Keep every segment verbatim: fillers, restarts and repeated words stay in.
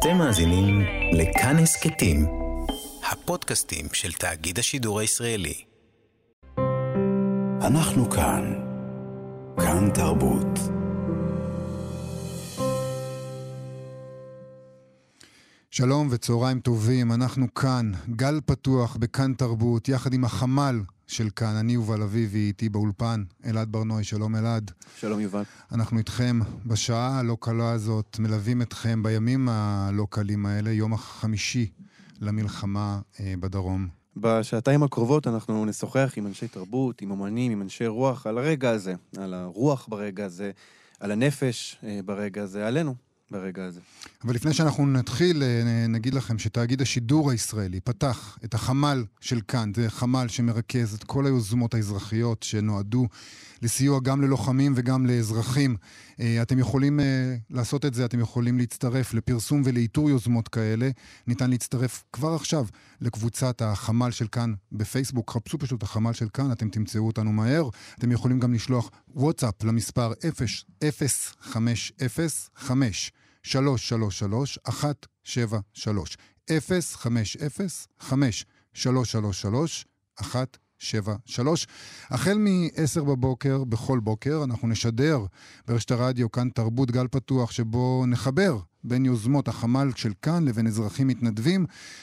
אתם מאזינים לכאן הסכתים, הפודקאסטים של תאגיד השידור הישראלי. אנחנו כאן, כאן תרבות. שלום וצהריים טובים, אנחנו כאן, גל פתוח בכאן תרבות, יחד עם החמ"ל של כאן, אני יובל אביבי, איתי באולפן, אלעד ברנוי, שלום אלעד. שלום יובל. אנחנו איתכם בשעה הלא קלה הזאת, מלווים אתכם בימים הלא קלים האלה, יום החמישי למלחמה אה, בדרום. בשעתיים הקרובות אנחנו נשוחח עם אנשי תרבות, עם אומנים, עם אנשי רוח, על הרגע הזה, על הרוח ברגע הזה, על הנפש אה, ברגע הזה, עלינו. ברגע הזה. אבל לפני שאנחנו נתחיל, נגיד לכם שתאגיד השידור הישראלי פתח את החמ"ל של כאן, זה חמ"ל שמרכז את כל היוזמות האזרחיות שנועדו לסיוע גם ללוחמים וגם לאזרחים. אתם יכולים לעשות את זה, אתם יכולים להצטרף לפרסום ולאיתור יוזמות כאלה. ניתן להצטרף כבר עכשיו לקבוצת החמ"ל של כאן בפייסבוק. חפשו פשוט החמ"ל של כאן, אתם תמצאו אותנו מהר. אתם יכולים גם לשלוח וואטסאפ למספר אפס חמש אפס חמש שלוש שלוש שלוש אחת שבע שלוש אפס חמש אפס חמש שלוש שלוש שלוש אחת שבע שלוש. החל מ-עשר בבוקר, בכל בוקר, אנחנו נשדר ברשת הרדיו כאן תרבות גל פתוח, שבו נחבר בין יוזמות החמ"ל של כאן לבין אזרחים מתנדבים,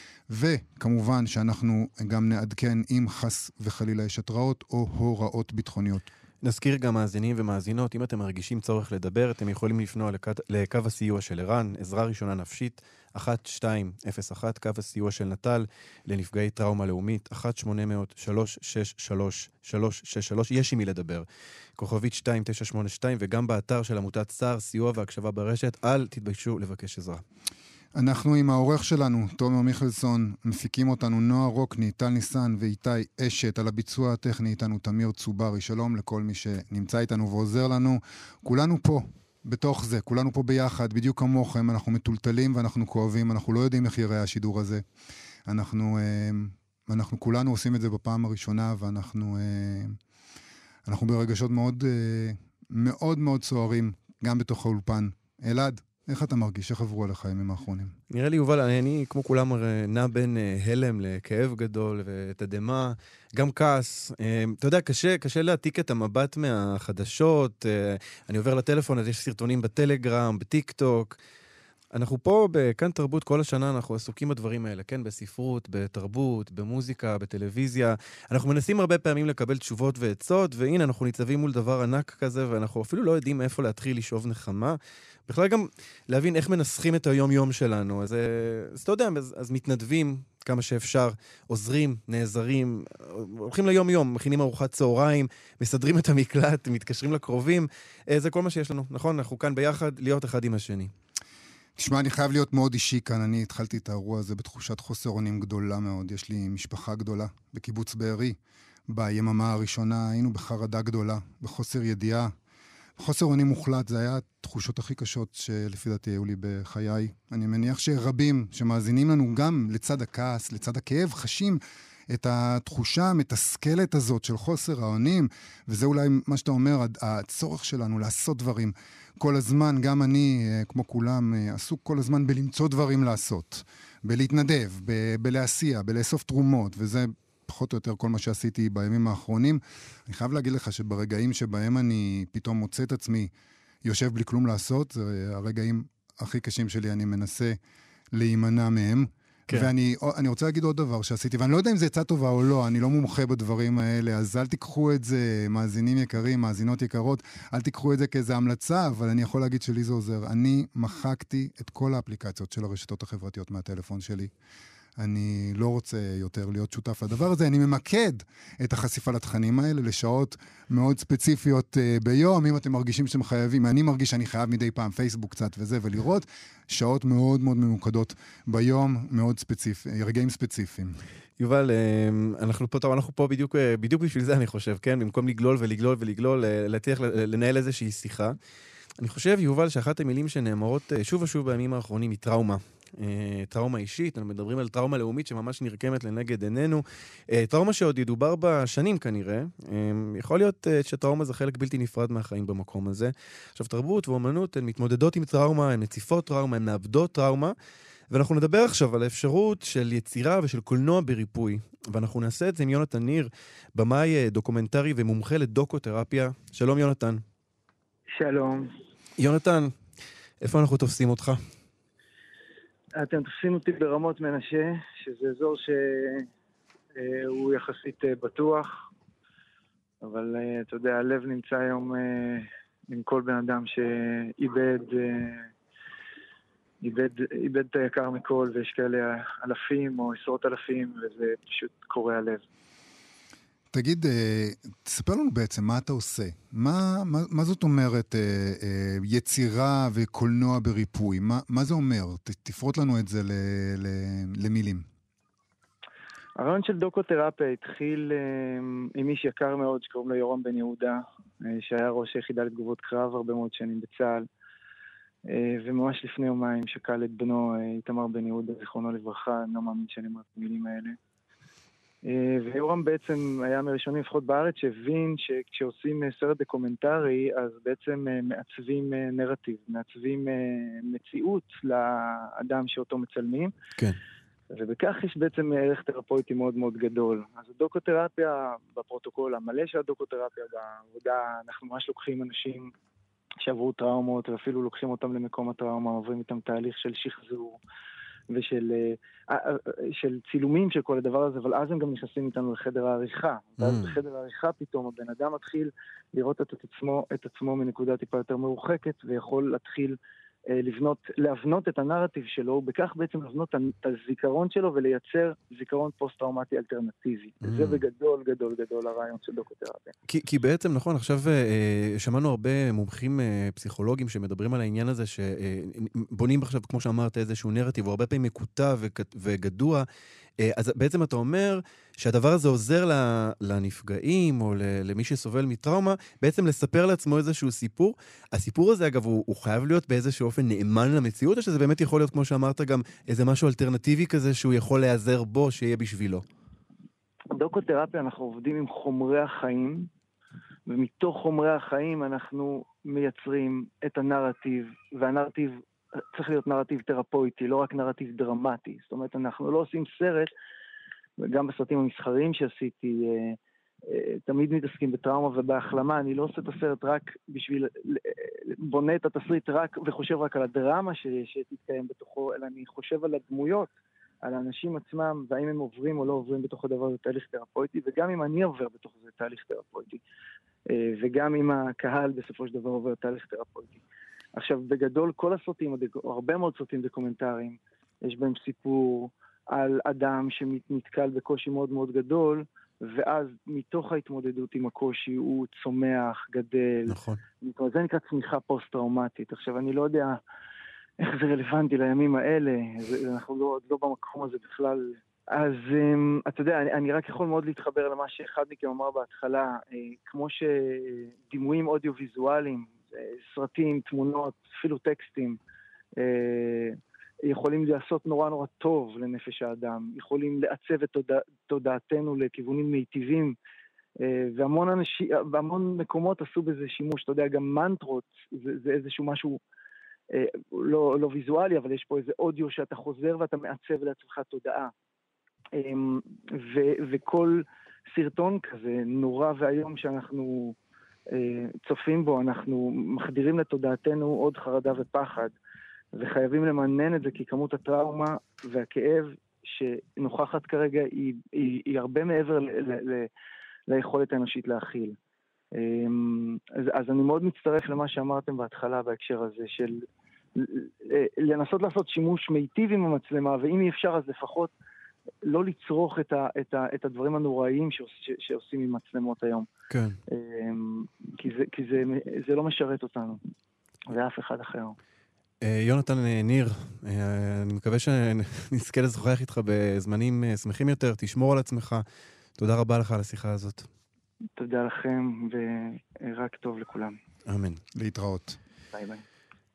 וכמובן שאנחנו גם נעדכן אם חס וחלילה יש התראות או הוראות ביטחוניות. נזכיר גם מאזינים ומאזינות, אם אתם מרגישים צורך לדבר, אתם יכולים לפנות לקו הסיוע של ערן, עזרה ראשונה נפשית, אחת שתיים אפס אחת, קו הסיוע של נטל, לנפגעי טראומה לאומית, אחת שמונה אפס אפס שלוש שש שלוש שלוש שש שלוש, יש עם מי לדבר. כוכבית שתיים תשע שמונה שתיים, וגם באתר של עמותת סער, סיוע והקשבה ברשת, אל תתביישו לבקש עזרה. אנחנו עם העורך שלנו, תומר מיכלסון, מפיקים אותנו נועה רוקני, טל ניסן ואיתי אשת. על הביצוע הטכני איתנו תמיר צוברי. שלום לכל מי שנמצא איתנו ועוזר לנו. כולנו פה, בתוך זה, כולנו פה ביחד, בדיוק כמוכם. אנחנו מטולטלים ואנחנו כואבים, אנחנו לא יודעים איך יראה השידור הזה. אנחנו, אנחנו כולנו עושים את זה בפעם הראשונה, ואנחנו אנחנו ברגשות מאוד מאוד מאוד סוערים, גם בתוך האולפן. אלעד, איך אתה מרגיש? איך עברו עליך הימים האחרונים? נראה לי, יובל, אני כמו כולם נע בין הלם לכאב גדול ותדמה, גם כעס. אתה יודע, קשה, קשה להעתיק את המבט מהחדשות. אני עובר לטלפון, אז יש סרטונים בטלגרם, בטיק טוק. אנחנו פה בכאן תרבות כל השנה, אנחנו עסוקים בדברים האלה, כן? בספרות, בתרבות, במוזיקה, בטלוויזיה. אנחנו מנסים הרבה פעמים לקבל תשובות ועצות, והנה אנחנו ניצבים מול דבר ענק כזה, ואנחנו אפילו לא יודעים איפה להתחיל לשאוב נחמה. בכלל גם להבין איך מנסחים את היום-יום שלנו. אז, אז אתה יודע, אז, אז מתנדבים כמה שאפשר, עוזרים, נעזרים, הולכים ליום-יום, מכינים ארוחת צהריים, מסדרים את המקלט, מתקשרים לקרובים. זה כל מה שיש לנו, נכון? אנחנו כאן ביחד להיות אחד עם השני. תשמע, אני חייב להיות מאוד אישי כאן. אני התחלתי את האירוע הזה בתחושת חוסר אונים גדולה מאוד. יש לי משפחה גדולה בקיבוץ בארי. ביממה הראשונה היינו בחרדה גדולה, בחוסר ידיעה, בחוסר אונים מוחלט. זה היה התחושות הכי קשות שלפי דעתי היו לי בחיי. אני מניח שרבים שמאזינים לנו גם לצד הכעס, לצד הכאב, חשים את התחושה המתסכלת הזאת של חוסר האונים, וזה אולי מה שאתה אומר, הצורך שלנו לעשות דברים. כל הזמן, גם אני, כמו כולם, עסוק כל הזמן בלמצוא דברים לעשות, בלהתנדב, ב- בלהסיע, בלאסוף תרומות, וזה פחות או יותר כל מה שעשיתי בימים האחרונים. אני חייב להגיד לך שברגעים שבהם אני פתאום מוצא את עצמי יושב בלי כלום לעשות, זה הרגעים הכי קשים שלי, אני מנסה להימנע מהם. כן. ואני אני רוצה להגיד עוד דבר שעשיתי, ואני לא יודע אם זה יצא טובה או לא, אני לא מומחה בדברים האלה, אז אל תיקחו את זה, מאזינים יקרים, מאזינות יקרות, אל תיקחו את זה כאיזו המלצה, אבל אני יכול להגיד שלי זה עוזר. אני מחקתי את כל האפליקציות של הרשתות החברתיות מהטלפון שלי. אני לא רוצה יותר להיות שותף לדבר הזה, אני ממקד את החשיפה לתכנים האלה לשעות מאוד ספציפיות ביום. אם אתם מרגישים שאתם חייבים, אני מרגיש שאני חייב מדי פעם פייסבוק קצת וזה, ולראות שעות מאוד מאוד ממוקדות ביום, מאוד ספציפי, רגעים ספציפיים. יובל, אנחנו פה, טוב, אנחנו פה בדיוק, בדיוק בשביל זה אני חושב, כן? במקום לגלול ולגלול ולגלול, להצליח לנהל איזושהי שיחה. אני חושב, יובל, שאחת המילים שנאמרות שוב ושוב בימים האחרונים היא טראומה. טראומה אישית, אנחנו מדברים על טראומה לאומית שממש נרקמת לנגד עינינו, טראומה שעוד ידובר בשנים כנראה, יכול להיות שטראומה זה חלק בלתי נפרד מהחיים במקום הזה. עכשיו, תרבות ואומנות הן מתמודדות עם טראומה, הן מציפות טראומה, הן מאבדות טראומה, ואנחנו נדבר עכשיו על האפשרות של יצירה ושל קולנוע בריפוי. ואנחנו נעשה את זה עם יונתן ניר, במאי דוקומנטרי ומומחה לדוקותרפיה. שלום יונתן. שלום. יונתן, איפה אנחנו תופסים אותך? אתם תופסים אותי ברמות מנשה, שזה אזור שהוא יחסית בטוח, אבל אתה יודע, הלב נמצא היום עם כל בן אדם שאיבד איבד, איבד את היקר מכל, ויש כאלה אלפים או עשרות אלפים, וזה פשוט קורע הלב. תגיד, תספר לנו בעצם מה אתה עושה. מה, מה, מה זאת אומרת יצירה וקולנוע בריפוי? מה, מה זה אומר? תפרוט לנו את זה ל, ל, למילים. הרעיון של דוקותרפיה התחיל עם איש יקר מאוד שקוראים לו יורם בן יהודה, שהיה ראש היחידה לתגובות קרב הרבה מאוד שנים בצה"ל, וממש לפני יומיים שקל את בנו איתמר בן יהודה, זיכרונו לברכה, אני לא מאמין שאני אומר את המילים האלה. ויורם בעצם היה מראשונים לפחות בארץ שהבין שכשעושים סרט דוקומנטרי אז בעצם מעצבים נרטיב, מעצבים מציאות לאדם שאותו מצלמים. כן. ובכך יש בעצם ערך תרפויטי מאוד מאוד גדול. אז הדוקותרפיה בפרוטוקול המלא של הדוקותרפיה בעבודה, אנחנו ממש לוקחים אנשים שעברו טראומות ואפילו לוקחים אותם למקום הטראומה, עוברים איתם תהליך של שחזור ושל של צילומים של כל הדבר הזה, אבל אז הם גם נכנסים איתנו לחדר העריכה. ואז בחדר העריכה פתאום הבן אדם מתחיל לראות את עצמו, את עצמו מנקודה טיפה יותר מרוחקת, ויכול להתחיל לבנות, להבנות את הנרטיב שלו, ובכך בעצם לבנות את הזיכרון שלו ולייצר זיכרון פוסט-טראומטי אלטרנטיבי. Mm. זה בגדול, גדול, גדול הרעיון של דוקותרפיה. כי, כי בעצם, נכון, עכשיו אה, שמענו הרבה מומחים אה, פסיכולוגים שמדברים על העניין הזה, שבונים עכשיו, כמו שאמרת, איזשהו נרטיב, הוא הרבה פעמים מקוטע וגדוע, אה, אז בעצם אתה אומר שהדבר הזה עוזר לנפגעים, או למי שסובל מטראומה, בעצם לספר לעצמו איזשהו סיפור. הסיפור הזה, אגב, הוא, הוא חייב להיות באיזשהו אופן נאמן למציאות, או שזה באמת יכול להיות, כמו שאמרת, גם איזה משהו אלטרנטיבי כזה, שהוא יכול להיעזר בו, שיהיה בשבילו? דוקותרפיה, אנחנו עובדים עם חומרי החיים, ומתוך חומרי החיים אנחנו מייצרים את הנרטיב, והנרטיב צריך להיות נרטיב תרפויטי, לא רק נרטיב דרמטי. זאת אומרת, אנחנו לא עושים סרט, וגם בסרטים המסחריים שעשיתי, תמיד מתעסקים בטראומה ובהחלמה. אני לא עושה את הסרט רק בשביל, בונה את התסריט רק וחושב רק על הדרמה שתתקיים בתוכו, אלא אני חושב על הדמויות, על האנשים עצמם, והאם הם עוברים או לא עוברים בתוך הדבר הזה תהליך תרפויטי, וגם אם אני עובר בתוך זה תהליך תרפויטי, וגם אם הקהל בסופו של דבר עובר תהליך תרפויטי. עכשיו, בגדול, כל הסרטים, הרבה מאוד סרטים דוקומנטריים, יש בהם סיפור על אדם שנתקל בקושי מאוד מאוד גדול, ואז מתוך ההתמודדות עם הקושי הוא צומח, גדל. נכון. זה נקרא צמיחה פוסט-טראומטית. עכשיו, אני לא יודע איך זה רלוונטי לימים האלה, אנחנו לא, לא במקום הזה בכלל. אז אתה יודע, אני, אני רק יכול מאוד להתחבר למה שאחד מכם אמר בהתחלה, כמו שדימויים אודיו-ויזואליים, סרטים, תמונות, אפילו טקסטים, יכולים לעשות נורא נורא טוב לנפש האדם, יכולים לעצב את תודע, תודעתנו לכיוונים מיטיבים, והמון אנשים, והמון מקומות עשו בזה שימוש, אתה יודע, גם מנטרות, זה, זה איזשהו משהו לא, לא ויזואלי, אבל יש פה איזה אודיו שאתה חוזר ואתה מעצב לעצמך תודעה. ו, וכל סרטון כזה, נורא והיום שאנחנו צופים בו, אנחנו מחדירים לתודעתנו עוד חרדה ופחד, וחייבים למנן את זה, כי כמות הטראומה והכאב שנוכחת כרגע היא, היא, היא הרבה מעבר ל, ל, ל, ליכולת האנושית להכיל. אז, אז אני מאוד מצטרף למה שאמרתם בהתחלה בהקשר הזה, של לנסות לעשות שימוש מיטיב עם המצלמה, ואם אי אפשר אז לפחות לא לצרוך את, ה, את, ה, את הדברים הנוראיים שעוש, שעושים עם מצלמות היום. כן. כי, זה, כי זה, זה לא משרת אותנו, ואף אחד אחר. יונתן ניר, אני מקווה שנזכה לשוחח איתך בזמנים שמחים יותר, תשמור על עצמך. תודה רבה לך על השיחה הזאת. תודה לכם, ורק טוב לכולם. אמן. להתראות. ביי ביי.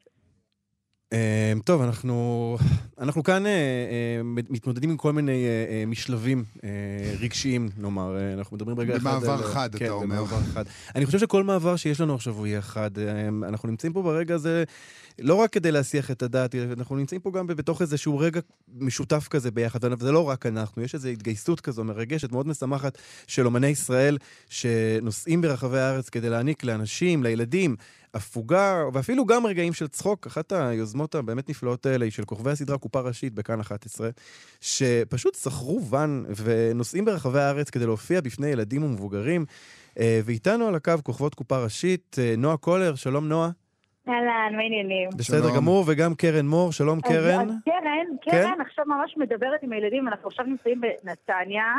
Uh, טוב, אנחנו, אנחנו כאן uh, uh, מתמודדים עם כל מיני uh, uh, משלבים uh, רגשיים, נאמר. Uh, אנחנו מדברים רגע אחד... במעבר חד, אתה כן, אומר. במעבר חד. אני חושב שכל מעבר שיש לנו עכשיו הוא יהיה חד. Uh, אנחנו נמצאים פה ברגע הזה לא רק כדי להסיח את הדעת, אנחנו נמצאים פה גם בתוך איזשהו רגע משותף כזה ביחד, וזה לא רק אנחנו, יש איזו התגייסות כזו מרגשת, מאוד משמחת של אומני ישראל, שנוסעים ברחבי הארץ כדי להעניק לאנשים, לילדים, הפוגה, ואפילו גם רגעים של צחוק. אחת היוזמות הבאמת נפלאות האלה היא של כוכבי הסדרה קופה ראשית בכאן אחת עשרה, שפשוט שכרו ון ונוסעים ברחבי הארץ כדי להופיע בפני ילדים ומבוגרים, ואיתנו על הקו כוכבות קופה ראשית, נועה קולר, שלום נועה. אהלן, מה העניינים? בסדר גמור, וגם קרן מור, שלום קרן. אז קרן, קרן עכשיו ממש מדברת עם הילדים, אנחנו עכשיו נמצאים בנתניה,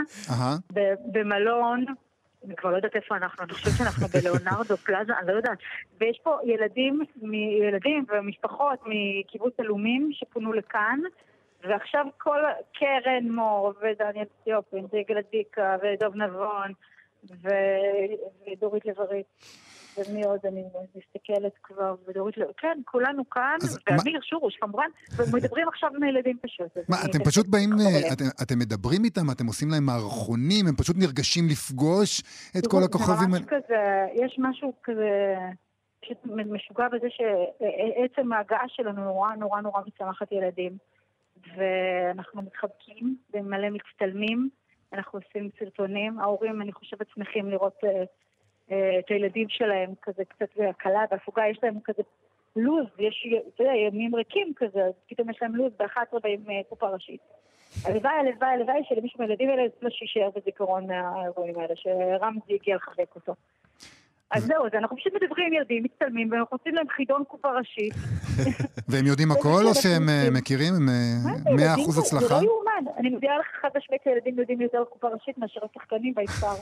במלון, אני כבר לא יודעת איפה אנחנו, אני חושבת שאנחנו בלאונרדו פלאזה, אני לא יודעת, ויש פה ילדים, ילדים ומשפחות מקיבוץ אלומים שפונו לכאן, ועכשיו כל קרן מור ודניאל ציופין, דגל דיקה ודוב נבון ודורית לברית, ומי עוד אני מסתכלת כבר, ודורית לברית, כן, כולנו כאן, ואמיר שורוש כמובן, ומדברים עכשיו עם הילדים פשוט. מה, אתם פשוט באים, אתם מדברים איתם, אתם עושים להם מערכונים, הם פשוט נרגשים לפגוש את כל הכוכבים. יש משהו כזה משוגע בזה שעצם ההגעה שלנו נורא נורא נורא מצמחת ילדים, ואנחנו מתחבקים ומלא מצטלמים, אנחנו עושים סרטונים, ההורים אני חושבת שמחים לראות את הילדים שלהם כזה קצת בהקלה, בהפוגה יש להם כזה לוז, יש, אתה יודע, ימים ריקים כזה, אז פתאום יש להם לוז ב-אחת עשרה באים קופה ראשית. הלוואי, הלוואי, הלוואי שלמישהו מהילדים האלה לא שישאר בזיכרון האירועים האלה, שרמזי הגיע לחבק אותו. אז זהו, אז אנחנו פשוט מדברים עם ילדים, מצטלמים, ואנחנו עושים להם חידון קופה ראשית. והם יודעים הכל או שהם מכירים? הם מאה אחוז הצלחה? זה לא יאומן. אני מביאה לך חד משמעית שהילדים יודעים יותר קופה ראשית מאשר השחקנים ביצר.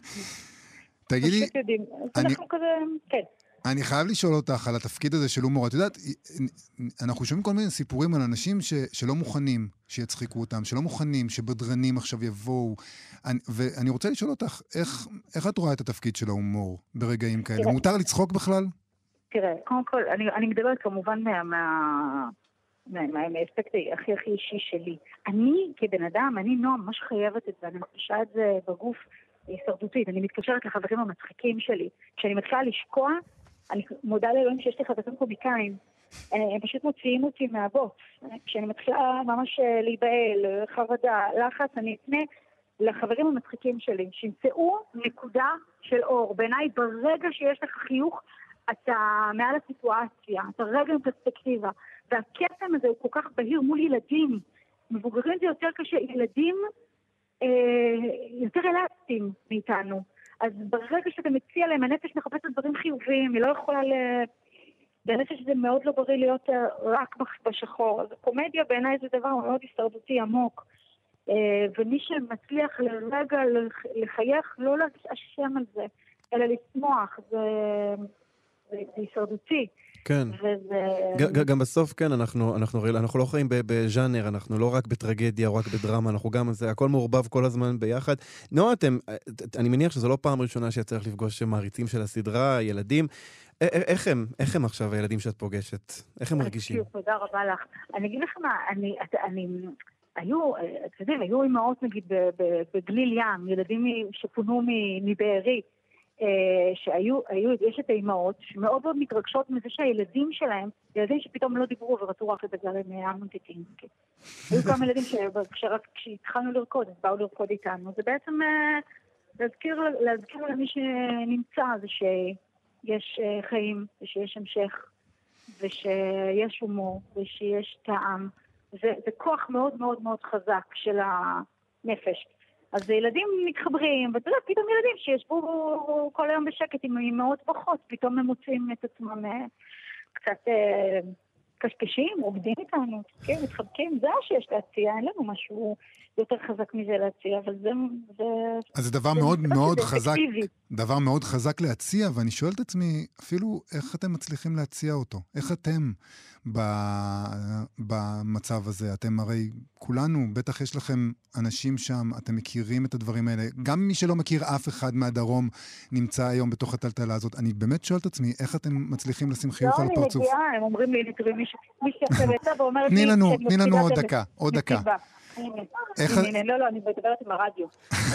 תגידי, אנחנו כזה, כן. אני חייב לשאול אותך על התפקיד הזה של הומור. את יודעת, אנחנו שומעים כל מיני סיפורים על אנשים ש, שלא מוכנים שיצחיקו אותם, שלא מוכנים שבדרנים עכשיו יבואו. אני, ואני רוצה לשאול אותך, איך, איך את רואה את התפקיד של ההומור ברגעים כאלה? תראה, מותר לצחוק בכלל? תראה, קודם כל, אני, אני מדברת כמובן מה... מה... מהאספקט הכי הכי אישי שלי. אני כבן אדם, אני נועם, ממש חייבת את זה, אני מרגישה את זה בגוף הישרדותית. אני מתקשרת לחברים המצחיקים שלי. כשאני מתחילה לשקוע, אני מודה לאלוהים שיש לי חברים קומיקאים. הם פשוט מוציאים אותי מהבוט. כשאני מתחילה ממש להיבהל, חרדה, לחץ, אני אפנה לחברים המצחיקים שלי, שימצאו נקודה של אור. בעיניי, ברגע שיש לך חיוך, אתה מעל הסיטואציה, אתה רגע עם פרספקטיבה. והקסם הזה הוא כל כך בהיר מול ילדים. מבוגרים זה יותר קשה. ילדים אה, יותר אלסטיים מאיתנו. אז ברגע שאתה מציע להם, הנפש מחפשת דברים חיוביים, היא לא יכולה ל... בנפש זה מאוד לא בריא להיות רק בשחור. אז קומדיה בעיניי זה דבר מאוד הישרדותי עמוק. אה, ומי שמצליח לרגע לחייך, לא להשם על זה, אלא לשמוח, זה, זה, זה הישרדותי. כן. וזה... גם בסוף, כן, אנחנו, אנחנו, אנחנו לא חיים בז'אנר, אנחנו לא רק בטרגדיה או רק בדרמה, אנחנו גם, זה הכל מעורבב כל הזמן ביחד. נועה, אתם, אני מניח שזו לא פעם ראשונה שצריך לפגוש מעריצים של הסדרה, ילדים. איך הם, איך הם עכשיו הילדים שאת פוגשת? איך הם מרגישים? תודה רבה לך. אני אגיד לך מה, אני, אני, היו, אתם יודעים, היו אמהות נגיד בגליל ים, ילדים שפונו מבארי, שהיו, היו, יש את האימהות שמאוד מאוד מתרגשות מזה שהילדים שלהם, ילדים שפתאום לא דיברו ורצו רק לדבר עם אמנון טיטינסקי. היו כמה ילדים שרק כשהתחלנו לרקוד, אז באו לרקוד איתנו. זה בעצם להזכיר, להזכיר למי שנמצא, זה שיש חיים, ושיש המשך, ושיש הומור, ושיש טעם. זה, זה כוח מאוד מאוד מאוד חזק של הנפש. אז ילדים מתחברים, ואתה יודע, פתאום ילדים שישבו כל היום בשקט עם אמהות בוכות, פתאום הם מוצאים את עצמם קצת אה, קשקשים, עובדים איתנו, כן, מתחבקים, זה שיש להציע, אין לנו משהו יותר חזק מזה להציע, אבל זה... זה אז זה דבר זה מאוד מאוד חזק, אפקטיבי. דבר מאוד חזק להציע, ואני שואל את עצמי, אפילו איך אתם מצליחים להציע אותו? איך אתם ב, במצב הזה? אתם הרי, כולנו, בטח יש לכם אנשים שם, אתם מכירים את הדברים האלה, גם מי שלא מכיר אף אחד מהדרום נמצא היום בתוך הטלטלה הזאת. אני באמת שואל את עצמי, איך אתם מצליחים לשים חיוך על הפרצוף? לא, אני מגיעה, הם אומרים לי, תראי, מי שעכשיו יצא ואומרת לי... תני לנו, תני לנו עוד דקה, עוד דקה. הנה, לא, לא, אני מדברת עם הרדיו.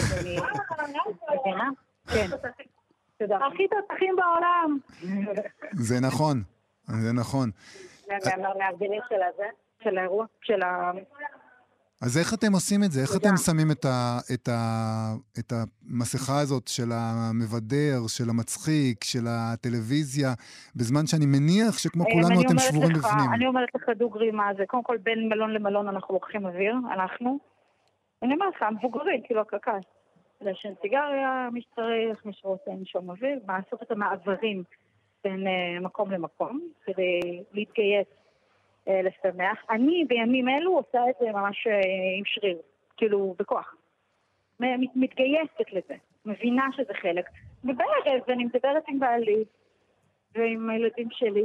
כן. תודה. הכי תותחים בעולם. זה נכון, זה נכון. מהמארגנים של הזה, של האירוע, של ה... אז איך אתם עושים את זה? איך אתם שמים את, ה, את, ה, את המסכה הזאת של המבדר, של המצחיק, של הטלוויזיה, בזמן שאני מניח שכמו כולנו אתם שבורים לך, בפנים? אני אומרת לך דוגרי מה זה. קודם כל בין מלון למלון אנחנו לוקחים אוויר, אנחנו. אני אומרת לך, המבוגרים, כאילו הקקל. לשן סיגריה, מי שצריך, מי שרוצה לנשום אוויר, לעשות את המעברים בין uh, מקום למקום, כדי להתגייס. לשמח. אני בימים אלו עושה את זה ממש עם שריר, כאילו בכוח. מתגייסת לזה, מבינה שזה חלק. ובערב אני מדברת עם בעלי ועם הילדים שלי.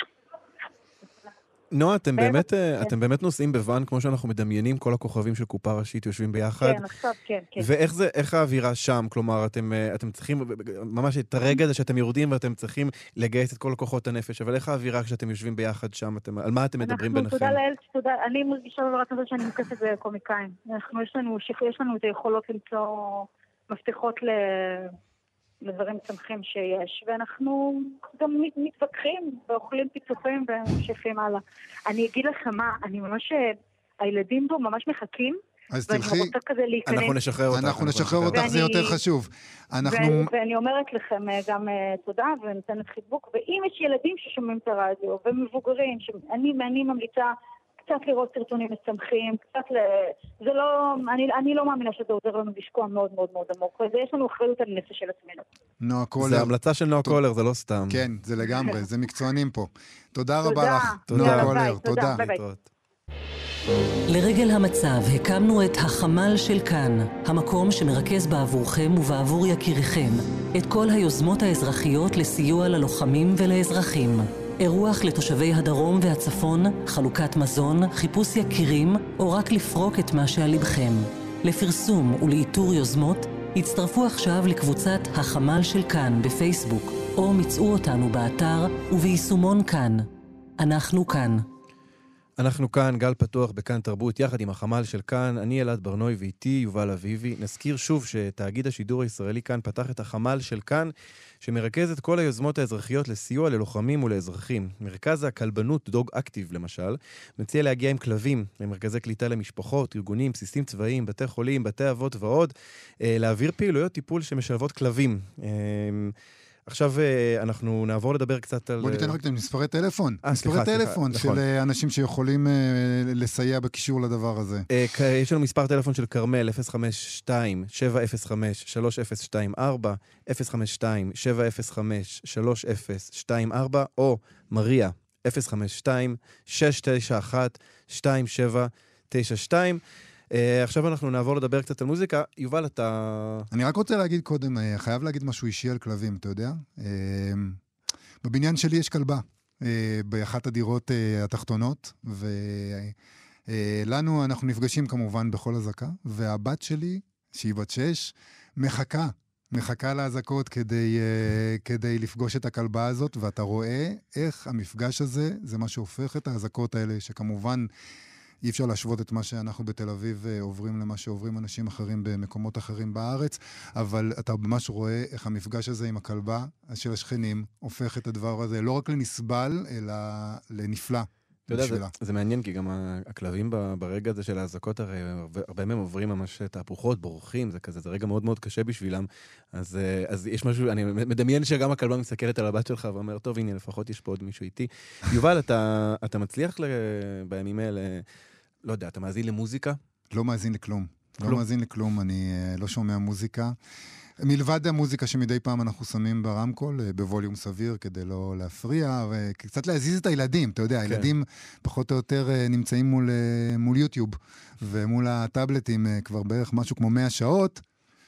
נועה, אתם באמת, אתם באמת נוסעים בוואן כמו שאנחנו מדמיינים, כל הכוכבים של קופה ראשית יושבים ביחד. כן, עכשיו כן, כן. ואיך זה, איך האווירה שם? כלומר, אתם, אתם צריכים, ממש את הרגע הזה שאתם יורדים ואתם צריכים לגייס את כל כוחות הנפש, אבל איך האווירה כשאתם יושבים ביחד שם? אתם, על מה אתם מדברים ביניכם? אנחנו, תודה לאל, תודה. אני מרגישה רק על זה שאני מוקפת בקומיקאים. אנחנו, יש לנו, יש לנו את היכולות למצוא מפתחות ל... לדברים צמחים שיש, ואנחנו גם מתווכחים ואוכלים פיצוחים וממשיכים הלאה. אני אגיד לך מה, אני ממש, הילדים פה ממש מחכים, ואני רוצה כזה להיכנס. אנחנו נשחרר אותך. אנחנו נשחרר אותך, זה יותר חשוב. ואני אומרת לכם גם תודה ונותנת חיבוק, ואם יש ילדים ששומעים את הרדיו, ומבוגרים, אני ממליצה קצת לראות סרטונים מצמחים, קצת ל... זה לא... אני, אני לא מאמינה שזה עוזר לנו לשקוע מאוד מאוד מאוד עמוק, ויש לנו אחריות על נפש של עצמנו. נועה קולר. זה המלצה של נועה קולר, זה לא סתם. כן, זה לגמרי, זה מקצוענים פה. תודה רבה לך, נועה קולר. תודה. לרגל המצב הקמנו את החמ"ל של כאן, המקום שמרכז בעבורכם ובעבור יקיריכם את כל היוזמות האזרחיות לסיוע ללוחמים ולאזרחים. אירוח לתושבי הדרום והצפון, חלוקת מזון, חיפוש יקירים, או רק לפרוק את מה שעל לבכם. לפרסום ולאיתור יוזמות, הצטרפו עכשיו לקבוצת החמ"ל של כאן בפייסבוק, או מצאו אותנו באתר וביישומון כאן. אנחנו כאן. אנחנו כאן, גל פתוח בכאן תרבות, יחד עם החמ"ל של כאן, אני אלעד ברנוי ואיתי יובל אביבי. נזכיר שוב שתאגיד השידור הישראלי כאן פתח את החמ"ל של כאן, שמרכז את כל היוזמות האזרחיות לסיוע ללוחמים ולאזרחים. מרכז הכלבנות דוג אקטיב למשל, מציע להגיע עם כלבים למרכזי קליטה למשפחות, ארגונים, בסיסים צבאיים, בתי חולים, בתי אבות ועוד, להעביר פעילויות טיפול שמשלבות כלבים. עכשיו אנחנו נעבור לדבר קצת על... בוא ניתן רק את מספרי טלפון. אה, מספרי סליחה, טלפון סליחה, של נכון. אנשים שיכולים לסייע בקישור לדבר הזה. יש לנו מספר טלפון של קרמל, אפס חמש שתיים שבע אפס חמש שלוש אפס שתיים ארבע, אפס חמש שתיים שבע אפס חמש שלוש אפס שתיים ארבע, או מריה, אפס חמש שתיים שש תשע אחת שתיים שבע תשע שתיים. Uh, עכשיו אנחנו נעבור לדבר קצת על מוזיקה. יובל, אתה... אני רק רוצה להגיד קודם, חייב להגיד משהו אישי על כלבים, אתה יודע? Uh, בבניין שלי יש כלבה, uh, באחת הדירות uh, התחתונות, ולנו uh, אנחנו נפגשים כמובן בכל הזקה, והבת שלי, שהיא בת שש, מחכה, מחכה להזקות כדי, uh, כדי לפגוש את הכלבה הזאת, ואתה רואה איך המפגש הזה, זה מה שהופך את ההזקות האלה, שכמובן... אי אפשר להשוות את מה שאנחנו בתל אביב עוברים למה שעוברים אנשים אחרים במקומות אחרים בארץ, אבל אתה ממש רואה איך המפגש הזה עם הכלבה של השכנים הופך את הדבר הזה לא רק לנסבל, אלא לנפלא. אתה יודע, זה, זה מעניין, כי גם הכלבים ברגע הזה של ההזקות, הרי הרבה מהם עוברים ממש תהפוכות, בורחים, זה כזה, זה רגע מאוד מאוד קשה בשבילם. אז, אז יש משהו, אני מדמיין שגם הכלבה מסתכלת על הבת שלך ואומר, טוב, הנה, לפחות יש פה עוד מישהו איתי. יובל, אתה, אתה מצליח בימים האלה, לא יודע, אתה מאזין למוזיקה? לא מאזין לכלום. לא מאזין לכלום, אני לא שומע מוזיקה. מלבד המוזיקה שמדי פעם אנחנו שמים ברמקול, בווליום סביר, כדי לא להפריע, וקצת להזיז את הילדים, אתה יודע, הילדים פחות או יותר נמצאים מול, מול יוטיוב, ומול הטאבלטים כבר בערך משהו כמו מאה שעות,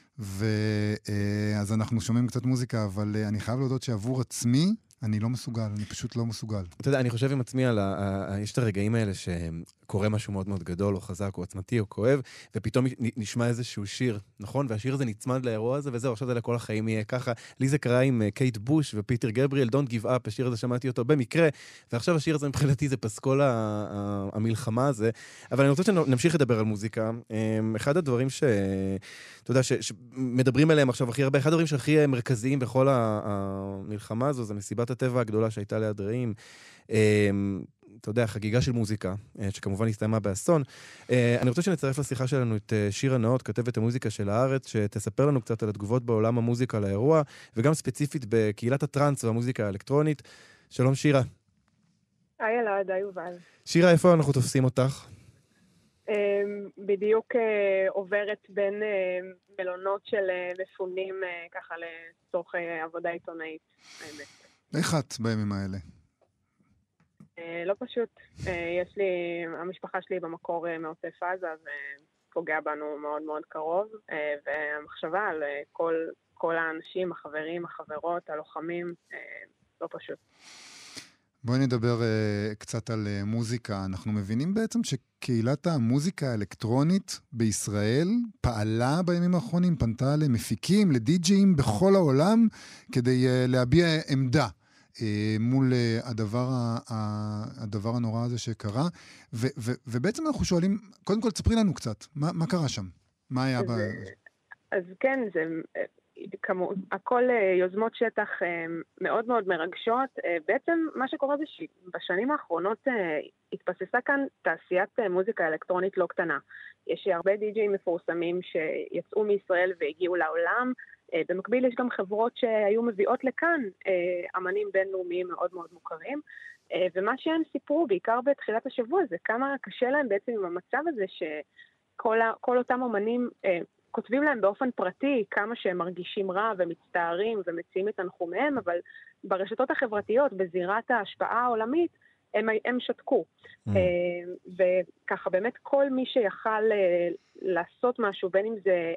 ואז אנחנו שומעים קצת מוזיקה, אבל אני חייב להודות שעבור עצמי, אני לא מסוגל, אני פשוט לא מסוגל. אתה יודע, אני חושב עם עצמי על ה... יש את הרגעים האלה שקורה משהו מאוד מאוד גדול, או חזק, או עצמתי, או כואב, ופתאום נשמע איזשהו שיר, נכון? והשיר הזה נצמד לאירוע הזה, וזהו, עכשיו זה לכל החיים יהיה ככה. לי זה קרה עם קייט בוש ופיטר גבריאל, Don't Give Up, השיר הזה שמעתי אותו במקרה, ועכשיו השיר הזה מבחינתי זה פסקול המלחמה הזה, אבל אני רוצה שנמשיך לדבר על מוזיקה. אחד הדברים ש... אתה יודע, שמדברים עליהם עכשיו הכי הרבה, אחד הדברים שהכי מרכזיים בכל המלחמה הזו, זה מסיבת הטבע הגדולה שהייתה ליד רעים. אתה יודע, חגיגה של מוזיקה, שכמובן הסתיימה באסון. אני רוצה שנצרף לשיחה שלנו את שירה נאות, כתבת המוזיקה של הארץ, שתספר לנו קצת על התגובות בעולם המוזיקה לאירוע, וגם ספציפית בקהילת הטרנס והמוזיקה האלקטרונית. שלום שירה. היי אלעד, היי יובל. שירה, איפה אנחנו תופסים אותך? בדיוק עוברת בין מלונות של מפונים ככה לצורך עבודה עיתונאית, האמת. איך את בימים האלה? לא פשוט. יש לי, המשפחה שלי במקור מעוטף עזה, ופוגע בנו מאוד מאוד קרוב, והמחשבה על כל, כל האנשים, החברים, החברות, הלוחמים, לא פשוט. בואי נדבר uh, קצת על uh, מוזיקה. אנחנו מבינים בעצם שקהילת המוזיקה האלקטרונית בישראל פעלה בימים האחרונים, פנתה למפיקים, לדי-ג'יים בכל העולם, כדי uh, להביע עמדה uh, מול uh, הדבר, uh, הדבר הנורא הזה שקרה. ו- ו- ובעצם אנחנו שואלים, קודם כל תספרי לנו קצת, מה, מה קרה שם? מה היה אז, ב... אז כן, זה... כמו, הכל יוזמות שטח מאוד מאוד מרגשות. בעצם מה שקורה זה שבשנים האחרונות התבססה כאן תעשיית מוזיקה אלקטרונית לא קטנה. יש הרבה די-ג'יים מפורסמים שיצאו מישראל והגיעו לעולם. במקביל יש גם חברות שהיו מביאות לכאן אמנים בינלאומיים מאוד מאוד מוכרים. ומה שהם סיפרו בעיקר בתחילת השבוע זה כמה קשה להם בעצם עם המצב הזה שכל כל אותם אמנים כותבים להם באופן פרטי כמה שהם מרגישים רע ומצטערים ומציעים את תנחומיהם, אבל ברשתות החברתיות, בזירת ההשפעה העולמית, הם, הם שתקו. Mm. וככה באמת כל מי שיכל לעשות משהו, בין אם זה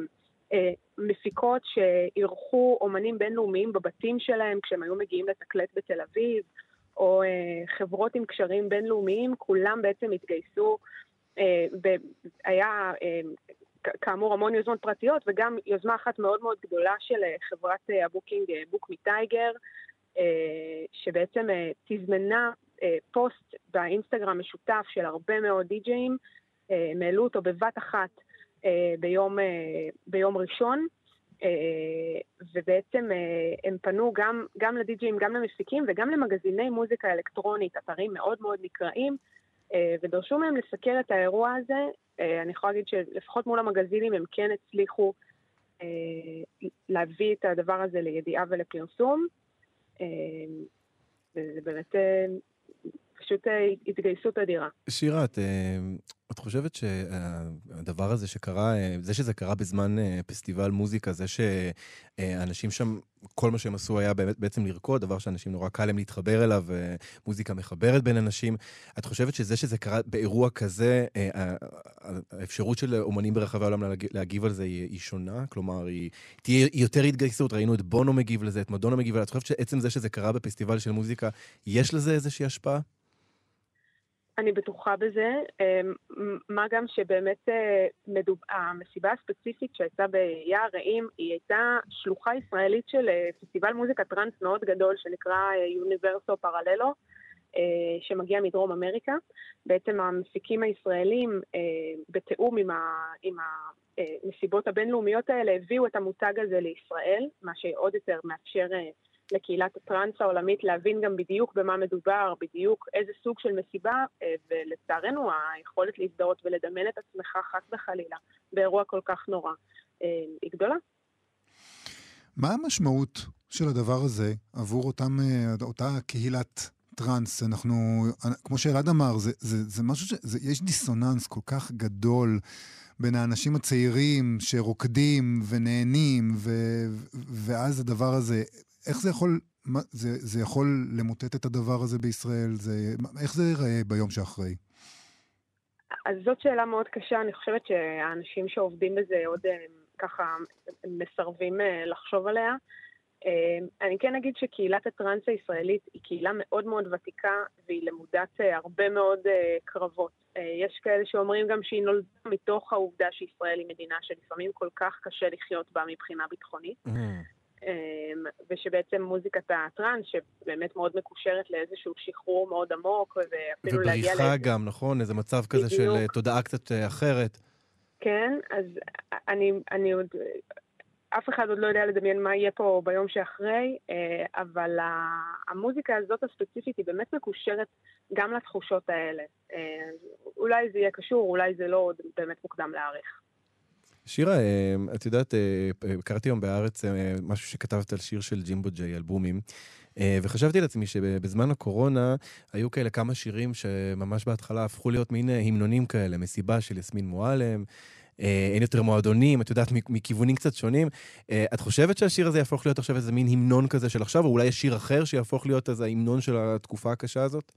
מפיקות שעירכו אומנים בינלאומיים בבתים שלהם כשהם היו מגיעים לתקלט בתל אביב, או חברות עם קשרים בינלאומיים, כולם בעצם התגייסו, והיה... כאמור המון יוזמות פרטיות, וגם יוזמה אחת מאוד מאוד גדולה של חברת הבוקינג בוק מטייגר, שבעצם תזמנה פוסט באינסטגרם משותף של הרבה מאוד די-ג'יים, מעלו אותו בבת אחת ביום, ביום ראשון, ובעצם הם פנו גם, גם לדי-ג'יים, גם למפיקים, וגם למגזיני מוזיקה אלקטרונית, אתרים מאוד מאוד נקראים, ודרשו מהם לסקר את האירוע הזה. אני יכולה להגיד שלפחות מול המגזינים הם כן הצליחו להביא את הדבר הזה לידיעה ולפרסום. וזה באמת פשוט התגייסות אדירה. שירה, את, את חושבת שהדבר הזה שקרה, זה שזה קרה בזמן פסטיבל מוזיקה, זה שאנשים שם, כל מה שהם עשו היה באמת, בעצם לרקוד, דבר שאנשים נורא קל להם להתחבר אליו, מוזיקה מחברת בין אנשים. את חושבת שזה שזה קרה באירוע כזה, האפשרות של אומנים ברחבי העולם להגיב על זה היא שונה? כלומר, היא תהיה יותר התגייסות, ראינו את בונו מגיב לזה, את מדונה מגיב לזה. את חושבת שעצם זה שזה קרה בפסטיבל של מוזיקה, יש לזה איזושהי השפעה? אני בטוחה בזה, מה גם שבאמת מדוב... המסיבה הספציפית שהייתה ביער רעים, היא הייתה שלוחה ישראלית של פסטיבל מוזיקה טרנס מאוד גדול, שנקרא יוניברסו פרללו, שמגיע מדרום אמריקה. בעצם המפיקים הישראלים, בתאום עם, ה... עם המסיבות הבינלאומיות האלה, הביאו את המותג הזה לישראל, מה שעוד יותר מאפשר לקהילת הטרנס העולמית להבין גם בדיוק במה מדובר, בדיוק איזה סוג של מסיבה, ולצערנו היכולת להזדהות ולדמיין את עצמך חס וחלילה באירוע כל כך נורא היא גדולה. מה המשמעות של הדבר הזה עבור אותם, אותה קהילת טרנס? אנחנו, כמו שאלעד אמר, זה, זה, זה משהו ש... זה, יש דיסוננס כל כך גדול בין האנשים הצעירים שרוקדים ונהנים, ו, ואז הדבר הזה... איך זה יכול, מה, זה, זה יכול למוטט את הדבר הזה בישראל? זה, איך זה ייראה ביום שאחרי? אז זאת שאלה מאוד קשה. אני חושבת שהאנשים שעובדים בזה עוד ככה מסרבים לחשוב עליה. אני כן אגיד שקהילת הטרנס הישראלית היא קהילה מאוד מאוד ותיקה, והיא למודת הרבה מאוד קרבות. יש כאלה שאומרים גם שהיא נולדה מתוך העובדה שישראל היא מדינה שלפעמים כל כך קשה לחיות בה מבחינה ביטחונית. ושבעצם מוזיקת הטרנס שבאמת מאוד מקושרת לאיזשהו שחרור מאוד עמוק, ואפילו להגיע ובריחה גם, נכון? איזה מצב כזה של תודעה קצת אחרת. כן, אז אני, אני עוד אף אחד עוד לא יודע לדמיין מה יהיה פה ביום שאחרי, אבל המוזיקה הזאת הספציפית היא באמת מקושרת גם לתחושות האלה. אולי זה יהיה קשור, אולי זה לא, באמת מוקדם להעריך. שירה, את יודעת, קראתי היום בארץ משהו שכתבת על שיר של ג'ימבו ג'יי, אלבומים, וחשבתי לעצמי שבזמן הקורונה היו כאלה כמה שירים שממש בהתחלה הפכו להיות מין המנונים כאלה, מסיבה של יסמין מועלם, אין יותר מועדונים, את יודעת, מכיוונים קצת שונים. את חושבת שהשיר הזה יהפוך להיות עכשיו איזה מין המנון כזה של עכשיו, או אולי יש שיר אחר שיהפוך להיות איזה המנון של התקופה הקשה הזאת?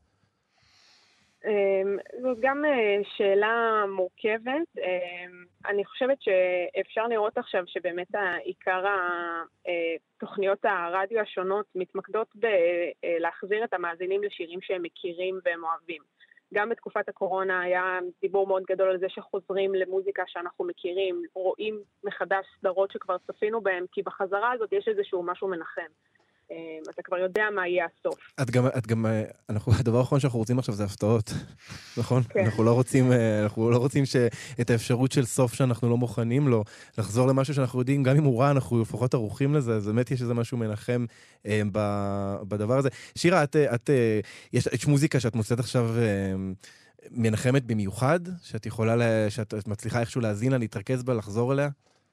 זאת גם שאלה מורכבת. אני חושבת שאפשר לראות עכשיו שבאמת העיקר התוכניות הרדיו השונות מתמקדות בלהחזיר את המאזינים לשירים שהם מכירים והם אוהבים. גם בתקופת הקורונה היה דיבור מאוד גדול על זה שחוזרים למוזיקה שאנחנו מכירים, רואים מחדש סדרות שכבר צפינו בהם, כי בחזרה הזאת יש איזשהו משהו מנחם. אתה כבר יודע מה יהיה הסוף. את גם, את גם, אנחנו, הדבר האחרון שאנחנו רוצים עכשיו זה הפתעות, נכון? כן. אנחנו לא רוצים, אנחנו לא רוצים שאת האפשרות של סוף שאנחנו לא מוכנים לו, לחזור למשהו שאנחנו יודעים, גם אם הוא רע, אנחנו לפחות ערוכים לזה, אז באמת יש איזה משהו מנחם אה, בדבר הזה. שירה, את, את, יש, יש מוזיקה שאת מוצאת עכשיו אה, מנחמת במיוחד, שאת יכולה, לה, שאת מצליחה איכשהו להזין לה, להתרכז בה, לחזור אליה?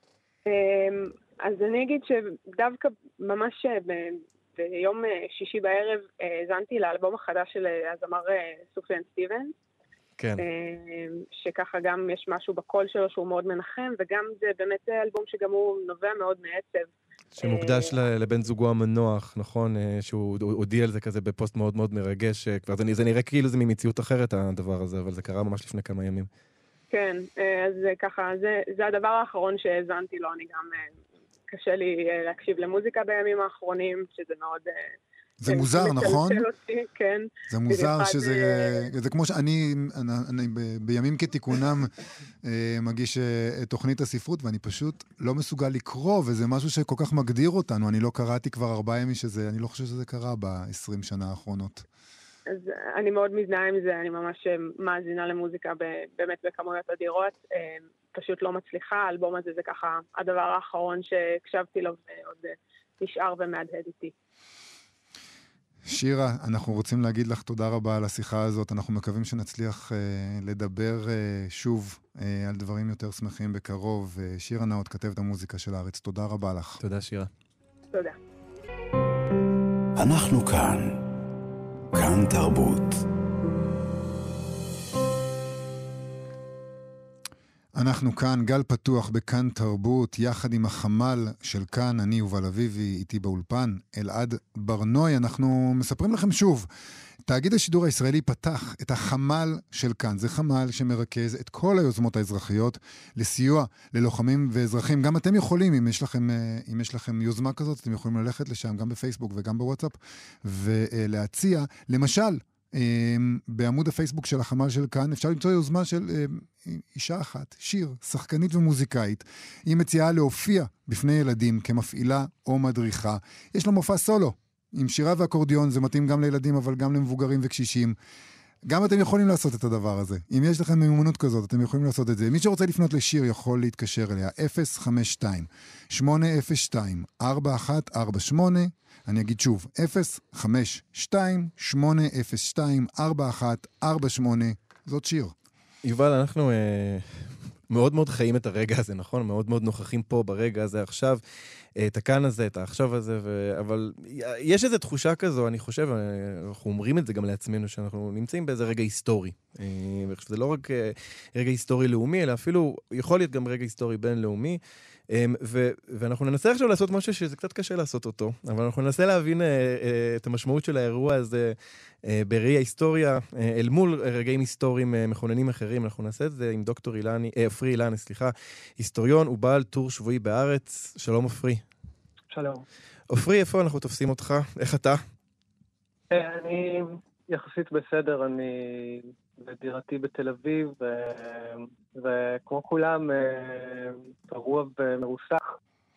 אז אני אגיד שדווקא ממש ב- ביום שישי בערב הזנתי לאלבום החדש של הזמר סופיאן סטיבנס. כן. שככה גם יש משהו בקול שלו שהוא מאוד מנחם, וגם זה באמת אלבום שגם הוא נובע מאוד מעצב. שמוקדש לבן זוגו המנוח, נכון? שהוא הודיע על זה כזה בפוסט מאוד מאוד מרגש. כבר זה, זה נראה כאילו זה ממציאות אחרת הדבר הזה, אבל זה קרה ממש לפני כמה ימים. כן, אז ככה, זה, זה הדבר האחרון שהזנתי לו, אני גם... קשה לי להקשיב למוזיקה בימים האחרונים, שזה מאוד... זה מוזר, נכון? כן. זה מוזר שזה... זה כמו שאני, אני בימים כתיקונם מגיש את תוכנית הספרות, ואני פשוט לא מסוגל לקרוא, וזה משהו שכל כך מגדיר אותנו. אני לא קראתי כבר ארבעה ימים שזה, אני לא חושב שזה קרה ב-עשרים שנה האחרונות. אז אני מאוד מזדהה עם זה, אני ממש מאזינה למוזיקה באמת בכמויות אדירות, פשוט לא מצליחה, האלבום הזה זה ככה הדבר האחרון שהקשבתי לו ועוד נשאר ומהדהד איתי. שירה, אנחנו רוצים להגיד לך תודה רבה על השיחה הזאת, אנחנו מקווים שנצליח uh, לדבר uh, שוב uh, על דברים יותר שמחים בקרוב. Uh, שירה נאות, כתבת המוזיקה של הארץ, תודה רבה לך. תודה שירה. תודה. אנחנו כאן. כאן תרבות. אנחנו כאן, גל פתוח בכאן תרבות, יחד עם החמ"ל של כאן, אני יובל אביבי, איתי באולפן, אלעד ברנוי. אנחנו מספרים לכם שוב, תאגיד השידור הישראלי פתח את החמ"ל של כאן. זה חמ"ל שמרכז את כל היוזמות האזרחיות לסיוע ללוחמים ואזרחים. גם אתם יכולים, אם יש לכם, אם יש לכם יוזמה כזאת, אתם יכולים ללכת לשם, גם בפייסבוק וגם בוואטסאפ, ולהציע, למשל, בעמוד הפייסבוק של החמ"ל של כאן אפשר למצוא יוזמה של אישה אחת, שיר, שחקנית ומוזיקאית. היא מציעה להופיע בפני ילדים כמפעילה או מדריכה. יש לה מופע סולו עם שירה ואקורדיון, זה מתאים גם לילדים אבל גם למבוגרים וקשישים. גם אתם יכולים לעשות את הדבר הזה. אם יש לכם מיומנות כזאת, אתם יכולים לעשות את זה. מי שרוצה לפנות לשיר יכול להתקשר אליה אפס חמש שתיים שמונה אפס שתיים ארבע אחת ארבע שמונה. אני אגיד שוב, אפס חמש שתיים שמונה אפס שתיים ארבע אחת ארבע שמונה. זאת שיר. יובל, אנחנו אה, מאוד מאוד חיים את הרגע הזה, נכון? מאוד מאוד נוכחים פה ברגע הזה עכשיו, את הכאן הזה, את העכשיו הזה, ו... אבל יש איזו תחושה כזו, אני חושב, אנחנו אומרים את זה גם לעצמנו, שאנחנו נמצאים באיזה רגע היסטורי. זה לא רק רגע היסטורי לאומי, אלא אפילו יכול להיות גם רגע היסטורי בינלאומי, ו- ואנחנו ננסה עכשיו לעשות משהו שזה קצת קשה לעשות אותו, אבל אנחנו ננסה להבין את המשמעות של האירוע הזה בראי ההיסטוריה, אל מול רגעים היסטוריים מכוננים אחרים. אנחנו נעשה את זה עם דוקטור אילני, עופרי אילני, סליחה, היסטוריון ובעל טור שבועי בארץ. שלום עופרי. שלום. עופרי, איפה אנחנו תופסים אותך? איך אתה? אני יחסית בסדר, אני בדירתי בתל אביב, ו... וכמו כולם, פרוע ומרוסח.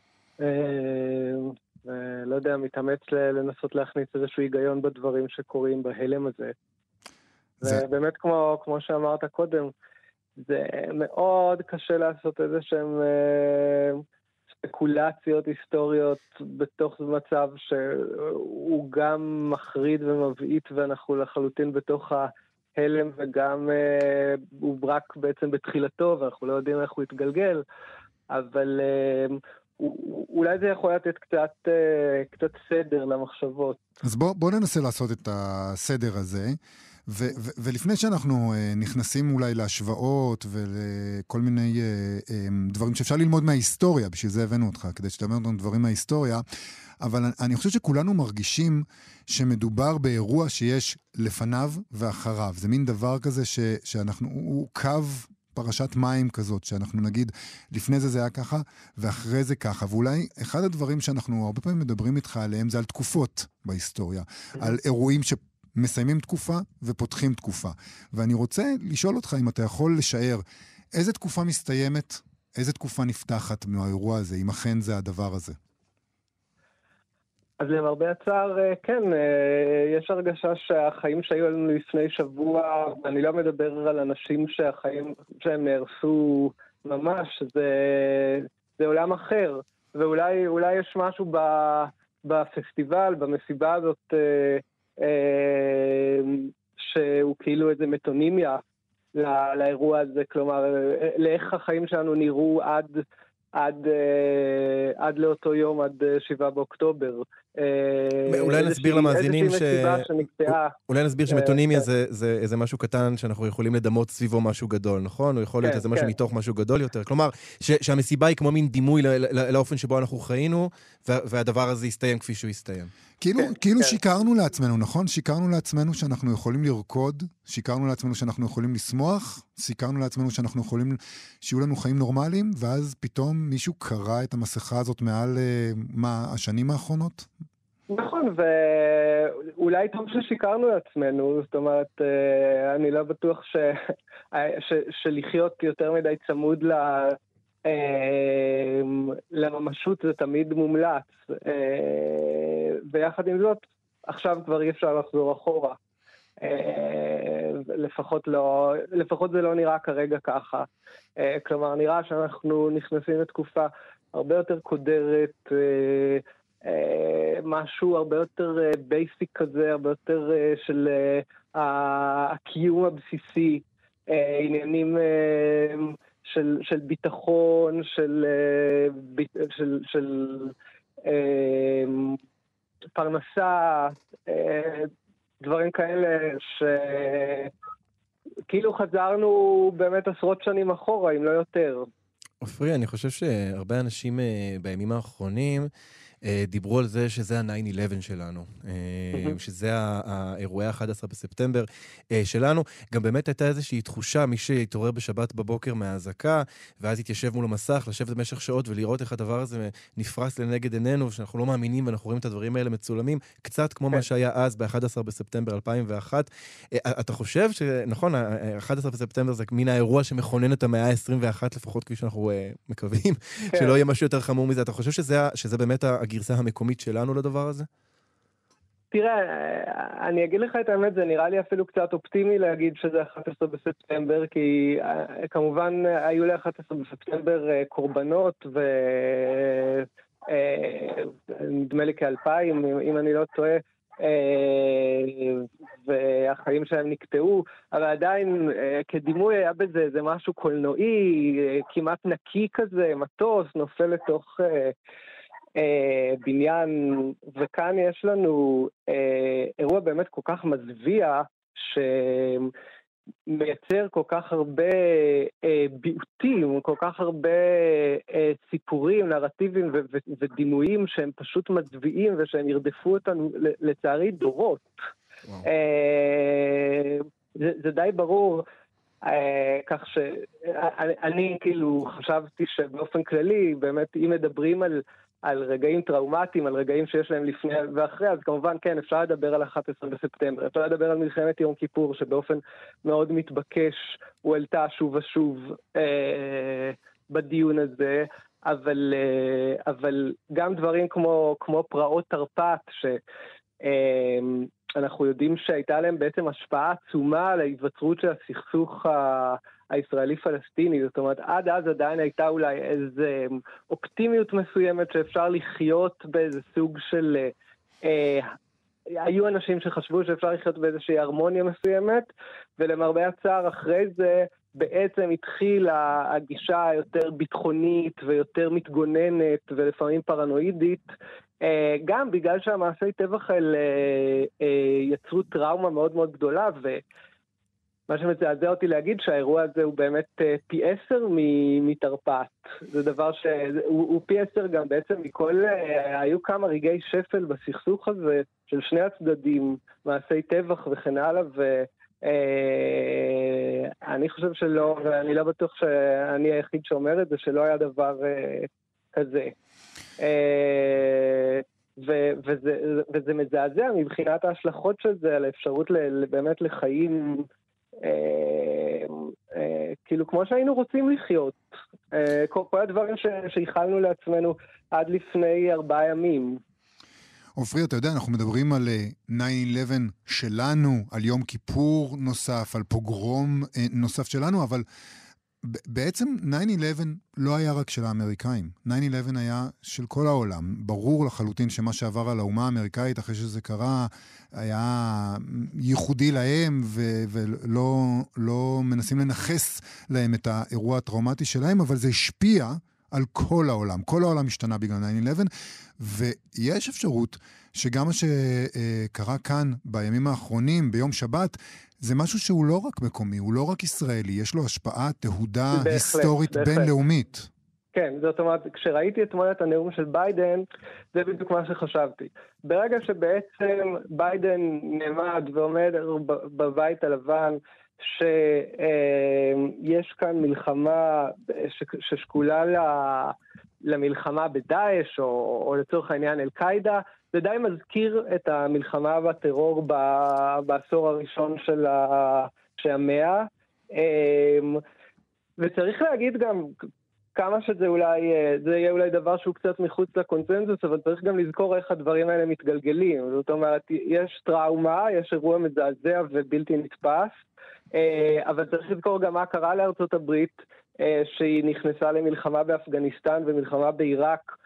ולא יודע, מתאמץ לנסות להכניס איזשהו היגיון בדברים שקורים בהלם הזה. זה... ובאמת, כמו, כמו שאמרת קודם, זה מאוד קשה לעשות איזה שהם ספקולציות היסטוריות בתוך מצב שהוא גם מחריד ומבעית, ואנחנו לחלוטין בתוך ההלם, וגם אה, הוא רק בעצם בתחילתו, ואנחנו לא יודעים איך הוא יתגלגל, אבל אה, אולי זה יכול לתת קצת, אה, קצת סדר למחשבות. אז בוא, בוא ננסה לעשות את הסדר הזה, ו- ו- ולפני שאנחנו uh, נכנסים אולי להשוואות ולכל מיני uh, um, דברים שאפשר ללמוד מההיסטוריה, בשביל זה הבאנו אותך, כדי שתלמד אותנו דברים מההיסטוריה, אבל אני, אני חושב שכולנו מרגישים שמדובר באירוע שיש לפניו ואחריו. זה מין דבר כזה ש- שאנחנו, הוא קו פרשת מים כזאת, שאנחנו נגיד, לפני זה זה היה ככה, ואחרי זה ככה. ואולי אחד הדברים שאנחנו הרבה פעמים מדברים איתך עליהם, זה על תקופות בהיסטוריה, על אירועים ש... מסיימים תקופה ופותחים תקופה. ואני רוצה לשאול אותך אם אתה יכול לשער איזה תקופה מסתיימת, איזה תקופה נפתחת מהאירוע הזה, אם אכן זה הדבר הזה. אז למרבה הצער, כן, יש הרגשה שהחיים שהיו לנו לפני שבוע, אני לא מדבר על אנשים שהחיים שהם נהרסו ממש, זה, זה עולם אחר. ואולי אולי יש משהו בפסטיבל, במסיבה הזאת, שהוא כאילו איזה מטונימיה לאירוע הזה, כלומר, לאיך החיים שלנו נראו עד, עד, עד לאותו יום, עד שבעה באוקטובר. אולי נסביר למאזינים ש... שנקטעה. אולי נסביר שמטונימיה זה, זה, זה משהו קטן שאנחנו יכולים לדמות סביבו משהו גדול, נכון? הוא יכול להיות איזה משהו מתוך משהו גדול יותר. כלומר, ש, שהמסיבה היא כמו מין דימוי לא, לא, לאופן שבו אנחנו חיינו, והדבר הזה יסתיים כפי שהוא יסתיים. כאילו, כאילו שיקרנו לעצמנו, נכון? שיקרנו לעצמנו שאנחנו יכולים לרקוד, שיקרנו לעצמנו שאנחנו יכולים לשמוח, שיקרנו לעצמנו שאנחנו יכולים, שיהיו לנו חיים נורמליים, ואז פתאום מישהו קרא את המסכה הזאת מעל, מה, השנים האחרונות? נכון, ואולי טוב ששיקרנו לעצמנו, זאת אומרת, אני לא בטוח ש... ש... שלחיות יותר מדי צמוד ל... לממשות זה תמיד מומלץ, ויחד עם זאת, עכשיו כבר אי אפשר לחזור אחורה. לפחות לא, לפחות זה לא נראה כרגע ככה. כלומר, נראה שאנחנו נכנסים לתקופה הרבה יותר קודרת, משהו הרבה יותר בייסיק כזה, הרבה יותר של הקיום הבסיסי, עניינים של, של ביטחון, של, של, של פרנסה, דברים כאלה שכאילו חזרנו באמת עשרות שנים אחורה, אם לא יותר. אופרי, אני חושב שהרבה אנשים בימים האחרונים דיברו על זה שזה ה-תשע אחת עשרה שלנו, שזה האירועי ה-אחד עשר בספטמבר שלנו. גם באמת הייתה איזושהי תחושה, מי שהתעורר בשבת בבוקר מההזקה, ואז התיישב מול המסך, לשבת במשך שעות ולראות איך הדבר הזה נפרס לנגד עינינו, שאנחנו לא מאמינים ואנחנו רואים את הדברים האלה מצולמים, קצת כמו מה שהיה אז ב-אחד עשר בספטמבר אלפיים ואחת. אתה חושב שנכון, ה-אחד עשר בספטמבר זה מין האירוע שמכונן את המאה ה-עשרים ואחת, לפחות כפי שאנחנו מקווים, שלא יהיה משהו יותר חמור מזה. אתה חושב שזה, שזה באמת הגרסה המקומית שלנו לדבר הזה? תראה, אני אגיד לך את האמת, זה נראה לי אפילו קצת אופטימי להגיד שזה אחד עשר בספטמבר, כי כמובן היו ל-אחד עשר בספטמבר קורבנות, ונדמה לי כאלפיים, אם אני לא טועה, והחיים שלהם נקטעו, אבל עדיין כדימוי היה בזה, זה משהו קולנועי, כמעט נקי כזה, מטוס, נופל לתוך בניין, וכאן יש לנו אירוע באמת כל כך מזוויע, שמייצר כל כך הרבה ביעותים, כל כך הרבה סיפורים, נרטיבים ודימויים שהם פשוט מזוויעים, ושהם ירדפו אותנו לצערי דורות. זה, זה די ברור, כך שאני כאילו חשבתי שבאופן כללי, באמת אם מדברים על על רגעים טראומטיים, על רגעים שיש להם לפני ואחרי, אז כמובן כן, אפשר לדבר על אחד עשר בספטמבר, אפשר לדבר על מלחמת יום כיפור, שבאופן מאוד מתבקש, הוא עלתה שוב ושוב אה, בדיון הזה, אבל, אה, אבל גם דברים כמו, כמו פרעות תרפ"ט, שאנחנו אה, יודעים שהייתה להם בעצם השפעה עצומה על ההיווצרות של הסכסוך ה... הישראלי-פלסטיני. זאת אומרת, עד אז עדיין הייתה אולי איזו אופטימיות מסוימת שאפשר לחיות באיזה סוג של... אה, היו אנשים שחשבו שאפשר לחיות באיזושהי הרמוניה מסוימת, ולמרבה הצער אחרי זה בעצם התחילה הגישה היותר ביטחונית ויותר מתגוננת ולפעמים פרנואידית, גם בגלל שהמעשי טבח האלה יצרו טראומה מאוד מאוד גדולה, ומה שמזעזע אותי להגיד שהאירוע הזה הוא באמת פי עשר מתרפ"ט. זה דבר שהוא פי עשר גם בעצם מכל, היו כמה רגעי שפל בסכסוך הזה של שני הצדדים, מעשי טבח וכן הלאה, ואני חושב שלא, ואני לא בטוח שאני היחיד שאומר את זה, שלא היה דבר כזה. ו- וזה, וזה מזעזע מבחינת ההשלכות של זה על האפשרות ל- באמת לחיים אה, אה, כאילו כמו שהיינו רוצים לחיות. אה, כל, כל הדברים ש- שהכלנו לעצמנו עד לפני ארבעה ימים. עופרי, אתה יודע, אנחנו מדברים על תשע אחת עשרה שלנו, על יום כיפור נוסף, על פוגרום נוסף שלנו, אבל בעצם תשע אחת עשרה לא היה רק של האמריקאים. תשע אחת עשרה היה של כל העולם. ברור לחלוטין שמה שעבר על האומה האמריקאית אחרי שזה קרה היה ייחודי להם, ו- ולא לא מנסים לנחס להם את האירוע הטראומטי שלהם, אבל זה השפיע על כל העולם. כל העולם השתנה בגלל תשע אחת עשרה, ויש אפשרות שגם מה שקרה כאן בימים האחרונים, ביום שבת, זה משהו שהוא לא רק מקומי, הוא לא רק ישראלי, יש לו השפעה, תהודה בהחלט, היסטורית בהחלט. בינלאומית. כן, זאת אומרת, כשראיתי אתמול את הנאום של ביידן, זה בדיוק מה שחשבתי. ברגע שבעצם ביידן נעמד ועומד בבית הלבן, שיש כאן מלחמה ששקולה למלחמה בדאעש, או, או לצורך העניין אל-קאידה, זה די מזכיר את המלחמה בטרור בעשור הראשון של המאה. וצריך להגיד גם כמה שזה אולי, זה יהיה אולי דבר שהוא קצת מחוץ לקונצנזוס, אבל צריך גם לזכור איך הדברים האלה מתגלגלים. זאת אומרת, יש טראומה, יש אירוע מזעזע ובלתי נתפס, אבל צריך לזכור גם מה קרה לארצות הברית, שהיא נכנסה למלחמה באפגניסטן ומלחמה בעיראק,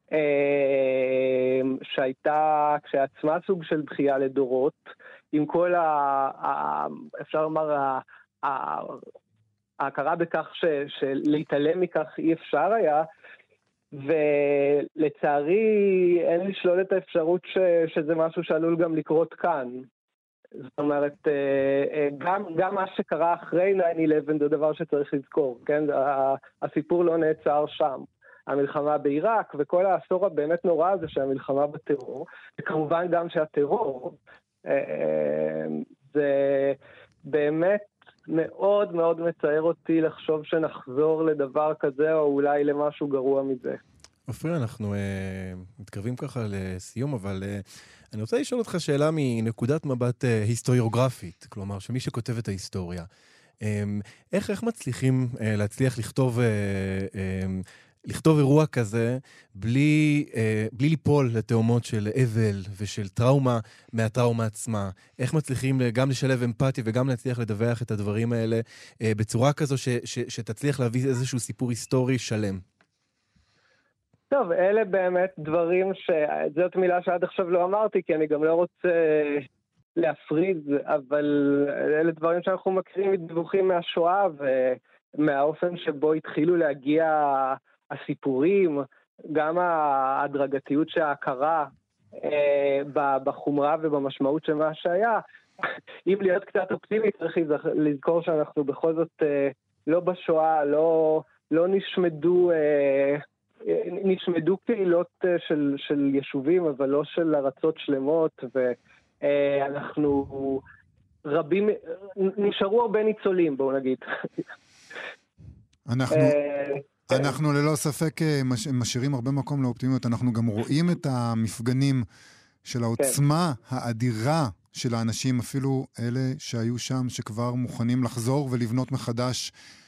שהייתה כשעצמה סוג של דחייה לדורות, עם כל ה... אפשר לומר, ההכרה בכך שלהתעלם מכך אי אפשר היה, ולצערי אין לשלול את האפשרות שזה משהו שעלול גם לקרות כאן. זאת אומרת, גם, גם מה שקרה אחרי תשע אחת עשרה זה דבר שצריך לזכור, כן? הסיפור לא נעצר שם. המלחמה בעיראק וכל העשור הבאמת נורא הזה שהמלחמה בטרור, וכמובן גם שהטרור, זה באמת מאוד מאוד מצער אותי לחשוב שנחזור לדבר כזה, או אולי למשהו גרוע מזה. עופרי, אנחנו uh, מתקרבים ככה לסיום, אבל uh, אני רוצה לשאול אותך שאלה מנקודת מבט uh, היסטוריוגרפית, כלומר, שמי שכותב את ההיסטוריה, um, איך, איך מצליחים uh, להצליח לכתוב, uh, um, לכתוב אירוע כזה בלי, uh, בלי ליפול לתאומות של אבל ושל טראומה מהטראומה עצמה? איך מצליחים גם לשלב אמפתיה וגם להצליח לדווח את הדברים האלה uh, בצורה כזו ש, ש, שתצליח להביא איזשהו סיפור היסטורי שלם? טוב, אלה באמת דברים שזאת מילה שעד עכשיו לא אמרתי, כי אני גם לא רוצה להפריד, אבל אלה דברים שאנחנו מכירים מדיווחים מהשואה ומהאופן שבו התחילו להגיע הסיפורים, גם ההדרגתיות שההכרה בחומרה ובמשמעות של מה שהיה. אם להיות קצת אופטימי, צריך לזכור שאנחנו בכל זאת לא בשואה, לא, לא נשמדו... נשמדו קהילות של, של יישובים, אבל לא של ארצות שלמות, ואנחנו רבים, נשארו הרבה ניצולים, בואו נגיד. אנחנו, אנחנו ללא ספק משאירים הרבה מקום לאופטימיות, אנחנו גם רואים את המפגנים של העוצמה האדירה של האנשים, אפילו אלה שהיו שם, שכבר מוכנים לחזור ולבנות מחדש.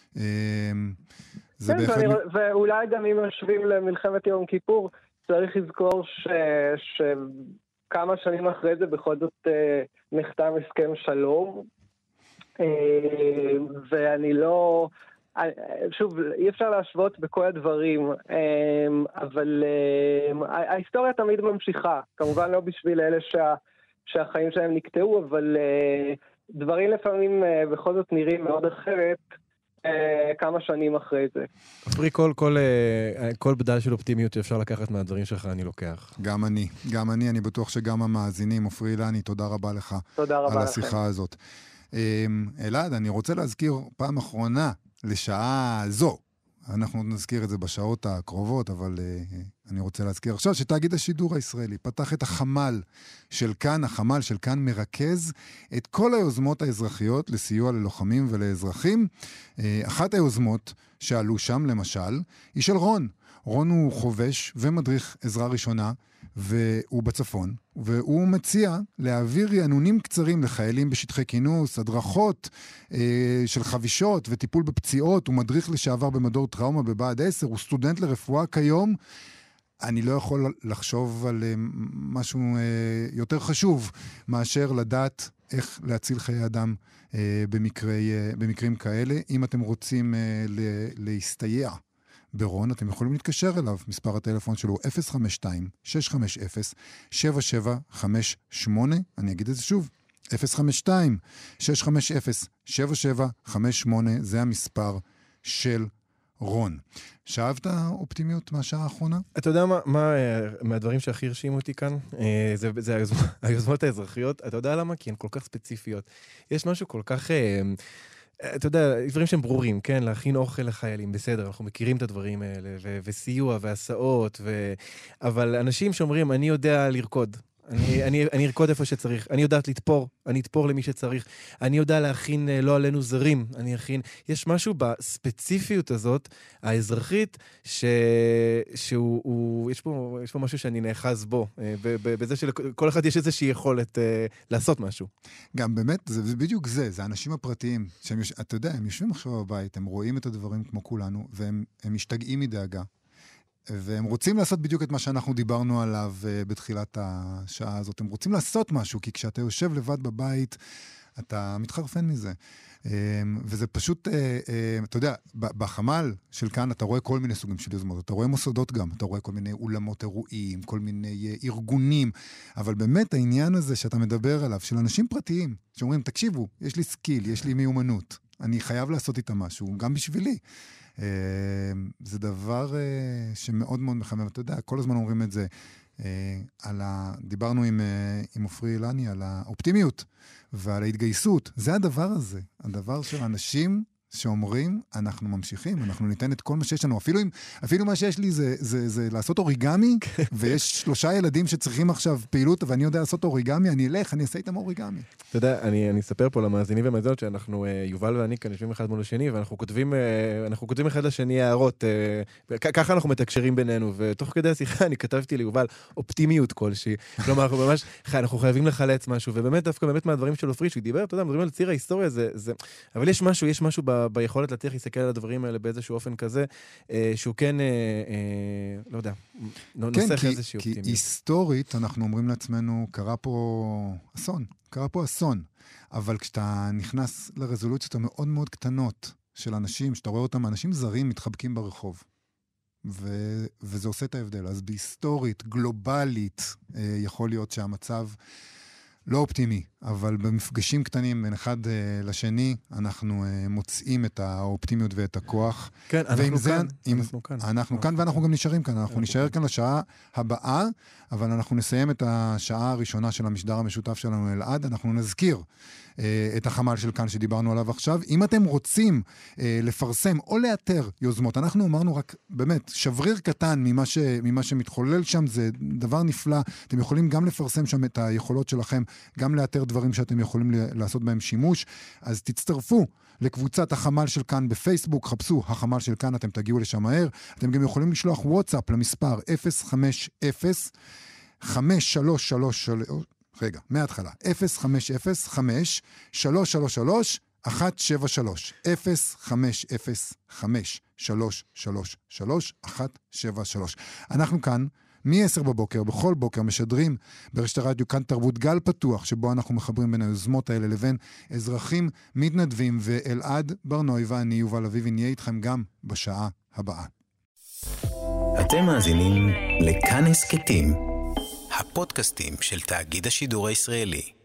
כן, ואני, ואולי גם אם משווים למלחמת יום כיפור, צריך לזכור ש, שכמה שנים אחרי זה בכל זאת נחתם הסכם שלום, ואני לא... שוב, אי אפשר להשוות בכל הדברים, אבל ההיסטוריה תמיד ממשיכה. כמובן לא בשביל אלה שה, שהחיים שלהם נקטעו, אבל דברים לפעמים בכל זאת נראים מאוד אחרת כמה שנים אחרי זה. עפרי, כל, כל, כל בדל של אופטימיות שאפשר לקחת מהדברים שלך, אני לוקח. גם אני, גם אני, אני בטוח שגם המאזינים. עפרי אילני, תודה רבה לך. תודה רבה על לכם. השיחה הזאת. אלעד, אני רוצה להזכיר פעם אחרונה, לשעה זו, אנחנו נזכיר את זה בשעות הקרובות, אבל uh, אני רוצה להזכיר עכשיו שתאגיד השידור הישראלי פתח את החמ"ל של כאן. החמ"ל של כאן מרכז את כל היוזמות האזרחיות לסיוע ללוחמים ולאזרחים. Uh, אחת היוזמות שעלו שם, למשל, היא של רון. רון הוא חובש ומדריך עזרה ראשונה, והוא בצפון, והוא מציע להעביר רענונים קצרים לחיילים בשטחי כינוס, הדרכות אה, של חבישות וטיפול בפציעות. הוא מדריך לשעבר במדור טראומה בבה"ד עשר, הוא סטודנט לרפואה כיום. אני לא יכול לחשוב על אה, משהו אה, יותר חשוב מאשר לדעת איך להציל חיי אדם אה, במקרי, אה, במקרים כאלה. אם אתם רוצים אה, להסתייע ברון, אתם יכולים להתקשר אליו. מספר הטלפון שלו אפס חמש שתיים שש חמש אפס שבע שבע חמש שמונה. אני אגיד את זה שוב, אפס חמש שתיים שש חמש אפס שבע שבע חמש שמונה, זה המספר של רון. שאהבת אופטימיות מהשעה האחרונה? אתה יודע מה, מה מהדברים שהכי הרשימו אותי כאן? זה, זה היוזמות, היוזמות האזרחיות. אתה יודע למה? כי הן כל כך ספציפיות. יש משהו כל כך... אתה יודע, דברים שהם ברורים, כן? להכין אוכל לחיילים, בסדר, אנחנו מכירים את הדברים האלה, ו- וסיוע והסעות, ו- אבל אנשים שאומרים, אני יודע לרקוד, אני, אני, אני ארקוד איפה שצריך, אני יודעת לתפור, אני אתפור למי שצריך, אני יודע להכין לא עלינו זרים, אני אכין, יש משהו בספציפיות הזאת, האזרחית, ש... שהוא, הוא... יש פה, יש פה משהו שאני נאחז בו, בזה שלכל אחד יש איזושהי יכולת לעשות משהו. גם באמת, זה בדיוק זה, זה האנשים הפרטיים, שהם, אתה יודע, הם יושבים עכשיו בבית, הם רואים את הדברים כמו כולנו, והם משתגעים מדאגה. והם רוצים לעשות בדיוק את מה שאנחנו דיברנו עליו בתחילת השעה הזאת. הם רוצים לעשות משהו, כי כשאתה יושב לבד בבית, אתה מתחרפן מזה. וזה פשוט, אתה יודע, בחמ"ל של כאן אתה רואה כל מיני סוגים של יוזמות. אתה רואה מוסדות גם, אתה רואה כל מיני אולמות אירועים, כל מיני ארגונים. אבל באמת העניין הזה שאתה מדבר עליו, של אנשים פרטיים, שאומרים, תקשיבו, יש לי סקיל, יש לי מיומנות. אני חייב לעשות איתה משהו, גם בשבילי. זה דבר שמאוד מאוד מחמם. אתה יודע, כל הזמן אומרים את זה. על ה... דיברנו עם, עם עפרי אילני על האופטימיות ועל ההתגייסות. זה הדבר הזה. הדבר של אנשים שאומרים, אנחנו ממשיכים, אנחנו ניתן את כל מה שיש לנו. אפילו, אם, אפילו מה שיש לי זה, זה, זה לעשות אוריגמי, ויש שלושה ילדים שצריכים עכשיו פעילות, ואני יודע לעשות אוריגמי, אני אלך, אני אעשה איתם אוריגמי. אתה יודע, אני, אני אספר פה למאזינים ומאזינות שאנחנו, יובל ואני כאן יושבים אחד מול השני, ואנחנו כותבים, אנחנו כותבים אחד לשני הערות, ככה אנחנו מתקשרים בינינו, ותוך כדי השיחה אני כתבתי ליובל אופטימיות כלשהי. כלומר, אנחנו ממש, אנחנו חייבים לחלץ משהו, ובאמת דווקא באמת מהדברים של עפרי, שהוא דיבר, אתה יודע, מדברים על ציר ההיסטוריה, זה, זה, אבל יש משהו, יש משהו ב, ביכולת להצליח להסתכל על הדברים האלה באיזשהו אופן כזה, שהוא כן, לא יודע, נוסח איזושהי אופטימיות. כי היסטורית אנחנו אומרים לעצמנו, קרה פה אסון, קרה פה אסון, אבל כשאתה נכנס לרזולוציות המאוד מאוד קטנות של אנשים, שאתה רואה אותם, אנשים זרים מתחבקים ברחוב, ו- וזה עושה את ההבדל. אז בהיסטורית, גלובלית, יכול להיות שהמצב לא אופטימי, אבל במפגשים קטנים בין אחד uh, לשני, אנחנו uh, מוצאים את האופטימיות ואת הכוח. כן, אנחנו זה, כאן. עם, אנחנו כאן. אנחנו כאן ואנחנו גם נשארים כאן. אנחנו נשאר כאן לשעה הבאה, אבל אנחנו נסיים את השעה הראשונה של המשדר המשותף שלנו אלעד. אנחנו נזכיר uh, את החמ"ל של כאן שדיברנו עליו עכשיו. אם אתם רוצים uh, לפרסם או לאתר יוזמות, אנחנו אמרנו רק באמת, שבריר קטן ממה, ש, ממה שמתחולל שם, זה דבר נפלא. אתם יכולים גם לפרסם שם את היכולות שלכם, גם לאתר דברים שאתם יכולים לעשות בהם שימוש, אז תצטרפו לקבוצת החמ"ל של כאן בפייסבוק, חפשו החמ"ל של כאן, אתם תגיעו לשם מהר. אתם גם יכולים לשלוח וואטסאפ למספר אפס חמש אפס חמש שלוש שלוש שלוש, רגע, מההתחלה, אפס חמש אפס חמש שלוש שלוש שלוש אחת שבע שלוש, אפס חמש אפס חמש שלוש שלוש שלוש אחת שבע שלוש. אנחנו כאן מ-עשר בבוקר, בכל בוקר, משדרים ברשת הרדיו כאן תרבות גל פתוח, שבו אנחנו מחברים בין היוזמות האלה לבין אזרחים מתנדבים, ואלעד ברנוי ואני, יובל אביבי, נהיה איתכם גם בשעה הבאה. אתם מאזינים לכאן הסכתים, הפודקאסטים של תאגיד השידור הישראלי.